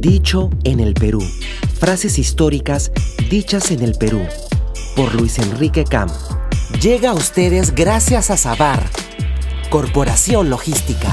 Dicho en el Perú. Frases históricas dichas en el Perú. Por Luis Enrique Cam. Llega a ustedes gracias a Sabar, Corporación Logística.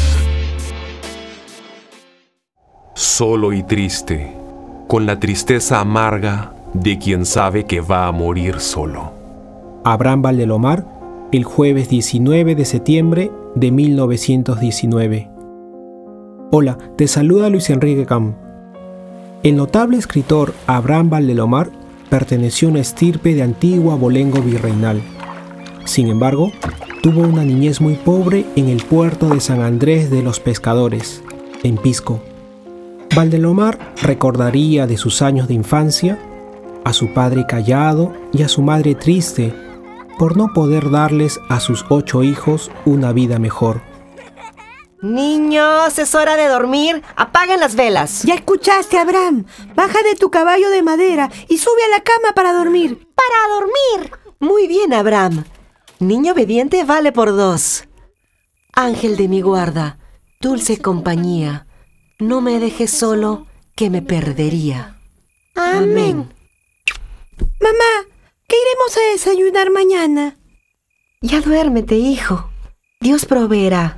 Solo y triste, con la tristeza amarga de quien sabe que va a morir solo. Abraham Valdelomar, el jueves 19 de septiembre de 1919. Hola, te saluda Luis Enrique Cam. El notable escritor Abraham Valdelomar perteneció a una estirpe de antiguo abolengo virreinal. Sin embargo, tuvo una niñez muy pobre en el puerto de San Andrés de los Pescadores, en Pisco. Valdelomar recordaría de sus años de infancia a su padre callado y a su madre triste por no poder darles a sus 8 hijos una vida mejor. Niños, es hora de dormir. Apaguen las velas. Ya escuchaste, Abraham. Baja de tu caballo de madera y sube a la cama para dormir. ¡Para dormir! Muy bien, Abraham. Niño obediente vale por 2. Ángel de mi guarda, dulce compañía, no me dejes solo, que me perdería. Amén. Mamá, ¿qué iremos a desayunar mañana? Ya duérmete, hijo. Dios proveerá.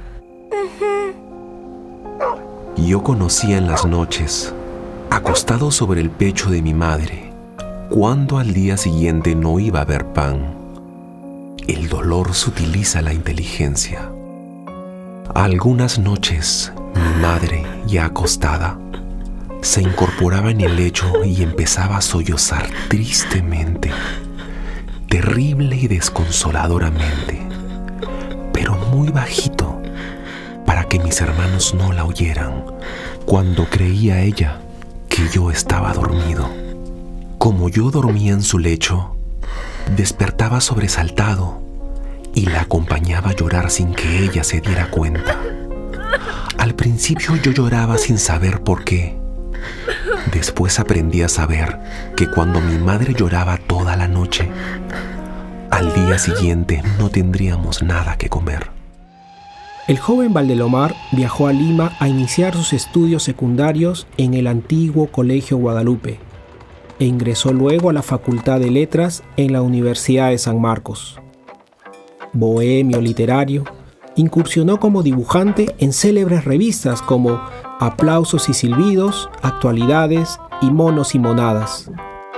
Yo conocía en las noches, acostado sobre el pecho de mi madre, cuando al día siguiente no iba a haber pan. El dolor sutiliza la inteligencia. Algunas noches, mi madre, ya acostada, se incorporaba en el lecho y empezaba a sollozar tristemente, terrible y desconsoladoramente, pero muy bajito, para que mis hermanos no la oyeran, cuando creía ella que yo estaba dormido. Como yo dormía en su lecho, despertaba sobresaltado y la acompañaba a llorar sin que ella se diera cuenta. Al principio yo lloraba sin saber por qué. Después aprendí a saber que cuando mi madre lloraba toda la noche, al día siguiente no tendríamos nada que comer. El joven Valdelomar viajó a Lima a iniciar sus estudios secundarios en el antiguo Colegio Guadalupe e ingresó luego a la Facultad de Letras en la Universidad de San Marcos. Bohemio literario, incursionó como dibujante en célebres revistas como Aplausos y Silbidos, Actualidades y Monos y Monadas.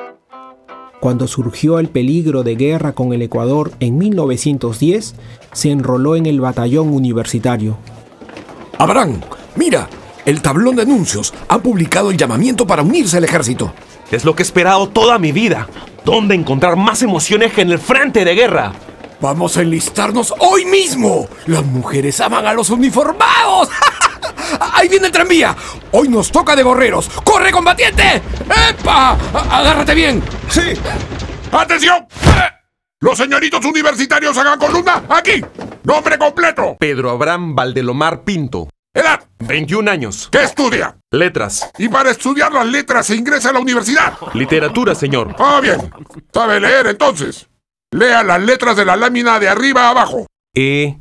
Cuando surgió el peligro de guerra con el Ecuador en 1910, se enroló en el batallón universitario. Abraham, mira, el tablón de anuncios ha publicado el llamamiento para unirse al ejército. Es lo que he esperado toda mi vida. ¿Dónde encontrar más emociones que en el frente de guerra? ¡Vamos a enlistarnos hoy mismo! ¡Las mujeres aman a los uniformados! ¡Ahí viene el tranvía! ¡Hoy nos toca de gorreros! ¡Corre, combatiente! ¡Epa! ¡Agárrate bien! ¡Sí! ¡Atención! ¡Los señoritos universitarios hagan columna! ¡Aquí! ¡Nombre completo! Pedro Abraham Valdelomar Pinto. ¿Edad? 21 años. ¿Qué estudia? Letras. Y para estudiar las letras se ingresa a la universidad. Literatura, señor. Ah, bien. ¿Sabe leer entonces? Lea las letras de la lámina de arriba a abajo. E,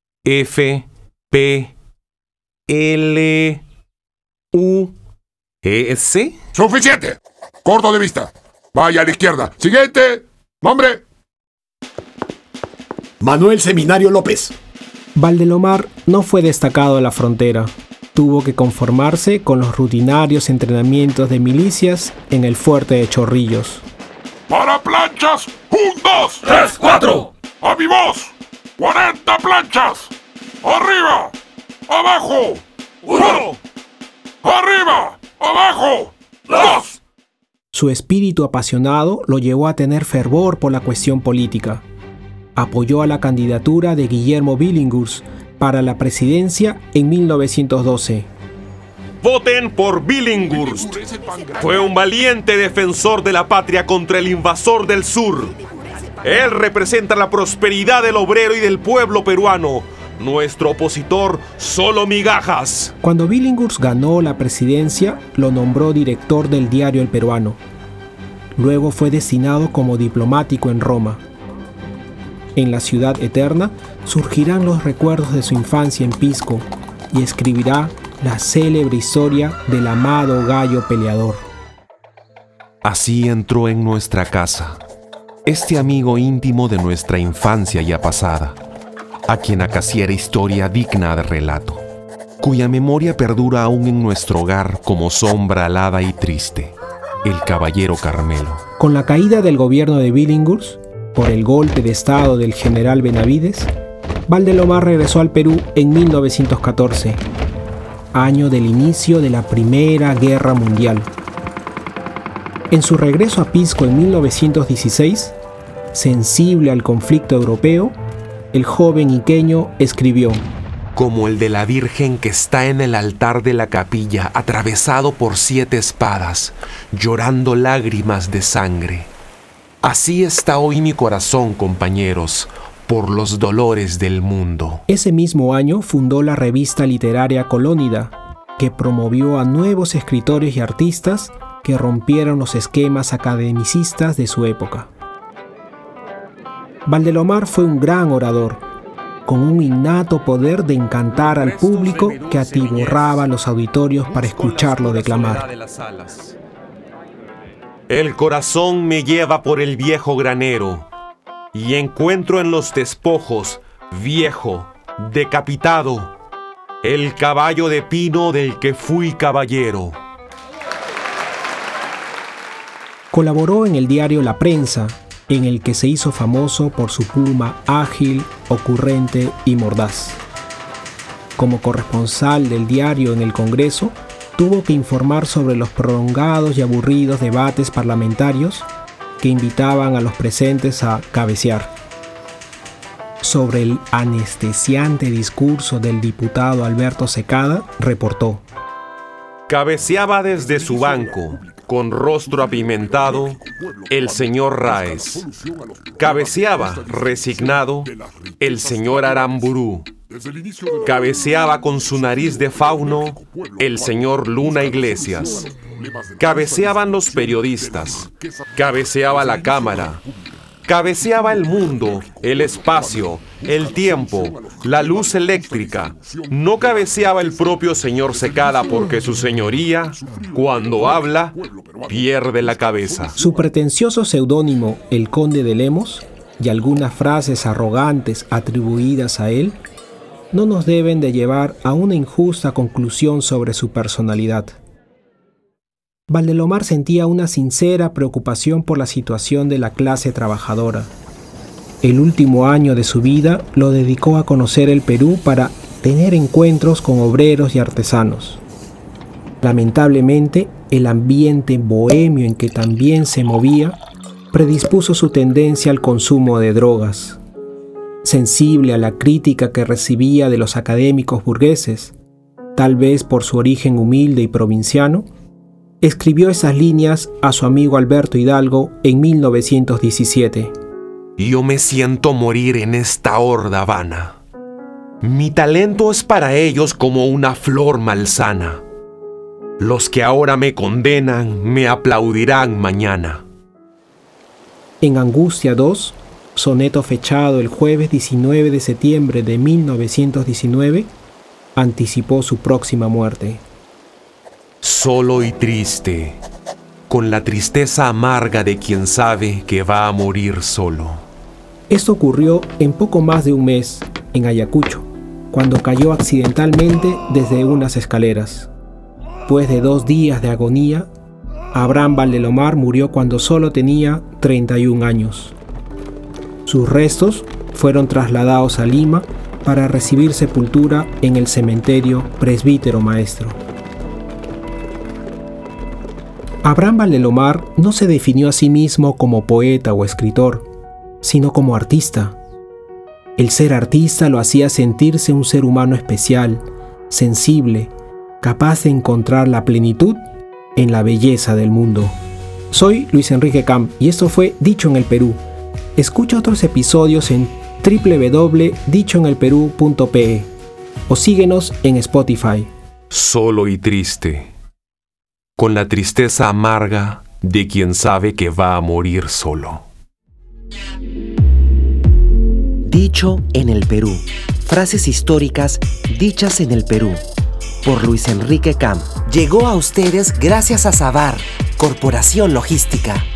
F, P, L, U, S. ¡Suficiente! Corto de vista. Vaya a la izquierda. Siguiente. Nombre. Manuel Seminario López. Valdelomar no fue destacado en la frontera. Tuvo que conformarse con los rutinarios entrenamientos de milicias en el fuerte de Chorrillos. Para planchas, 1, 2, 3, 4. ¡A mi voz! 40 planchas. ¡Arriba! ¡Abajo! 1. ¡Arriba! ¡Abajo! 2. Su espíritu apasionado lo llevó a tener fervor por la cuestión política. Apoyó a la candidatura de Guillermo Billinghurst para la presidencia en 1912. ¡Voten por Billinghurst! Fue un valiente defensor de la patria contra el invasor del sur. Él representa la prosperidad del obrero y del pueblo peruano. Nuestro opositor, solo migajas. Cuando Billinghurst ganó la presidencia, lo nombró director del diario El Peruano. Luego fue destinado como diplomático en Roma. En la ciudad eterna surgirán los recuerdos de su infancia en Pisco y escribirá la célebre historia del amado gallo peleador. Así entró en nuestra casa este amigo íntimo de nuestra infancia ya pasada, a quien acaeciera historia digna de relato, cuya memoria perdura aún en nuestro hogar como sombra alada y triste, el caballero Carmelo. Con la caída del gobierno de Billinghurst, por el golpe de estado del general Benavides, Valdelomar regresó al Perú en 1914, año del inicio de la Primera Guerra Mundial. En su regreso a Pisco en 1916, sensible al conflicto europeo, el joven iqueño escribió: como el de la Virgen que está en el altar de la capilla, atravesado por 7 espadas, llorando lágrimas de sangre. Así está hoy mi corazón, compañeros, por los dolores del mundo. Ese mismo año fundó la revista literaria Colónida, que promovió a nuevos escritores y artistas que rompieron los esquemas academicistas de su época. Valdelomar fue un gran orador, con un innato poder de encantar al público que atiborraba los auditorios para escucharlo declamar. El corazón me lleva por el viejo granero y encuentro en los despojos, viejo, decapitado, el caballo de pino del que fui caballero. Colaboró en el diario La Prensa, en el que se hizo famoso por su pluma ágil, ocurrente y mordaz. Como corresponsal del diario en el Congreso, tuvo que informar sobre los prolongados y aburridos debates parlamentarios que invitaban a los presentes a cabecear. Sobre el anestesiante discurso del diputado Alberto Secada, reportó: cabeceaba desde su banco, con rostro apimentado, el señor Ráez. Cabeceaba, resignado, el señor Aramburú. Cabeceaba con su nariz de fauno, el señor Luna Iglesias. Cabeceaban los periodistas. Cabeceaba la Cámara. Cabeceaba el mundo, el espacio, el tiempo, la luz eléctrica. No cabeceaba el propio señor Secada porque su señoría, cuando habla, pierde la cabeza. Su pretencioso seudónimo, el Conde de Lemos, y algunas frases arrogantes atribuidas a él, no nos deben de llevar a una injusta conclusión sobre su personalidad. Valdelomar sentía una sincera preocupación por la situación de la clase trabajadora. El último año de su vida lo dedicó a conocer el Perú para tener encuentros con obreros y artesanos. Lamentablemente, el ambiente bohemio en que también se movía predispuso su tendencia al consumo de drogas. Sensible a la crítica que recibía de los académicos burgueses, tal vez por su origen humilde y provinciano, escribió esas líneas a su amigo Alberto Hidalgo en 1917. Yo me siento morir en esta horda vana. Mi talento es para ellos como una flor malsana. Los que ahora me condenan me aplaudirán mañana. En Angustia 2, soneto fechado el jueves 19 de septiembre de 1919, anticipó su próxima muerte. Solo y triste, con la tristeza amarga de quien sabe que va a morir solo. Esto ocurrió en poco más de un mes, en Ayacucho, cuando cayó accidentalmente desde unas escaleras. Después de 2 días de agonía, Abraham Valdelomar murió cuando solo tenía 31 años. Sus restos fueron trasladados a Lima para recibir sepultura en el cementerio Presbítero Maestro. Abraham Valdelomar no se definió a sí mismo como poeta o escritor, sino como artista. El ser artista lo hacía sentirse un ser humano especial, sensible, capaz de encontrar la plenitud en la belleza del mundo. Soy Luis Enrique Camp y esto fue Dicho en el Perú. Escucha otros episodios en www.dichoenelperú.pe o síguenos en Spotify. Solo y triste, con la tristeza amarga de quien sabe que va a morir solo. Dicho en el Perú. Frases históricas dichas en el Perú. por Luis Enrique Cam. Llegó a ustedes gracias a Sabar, Corporación Logística.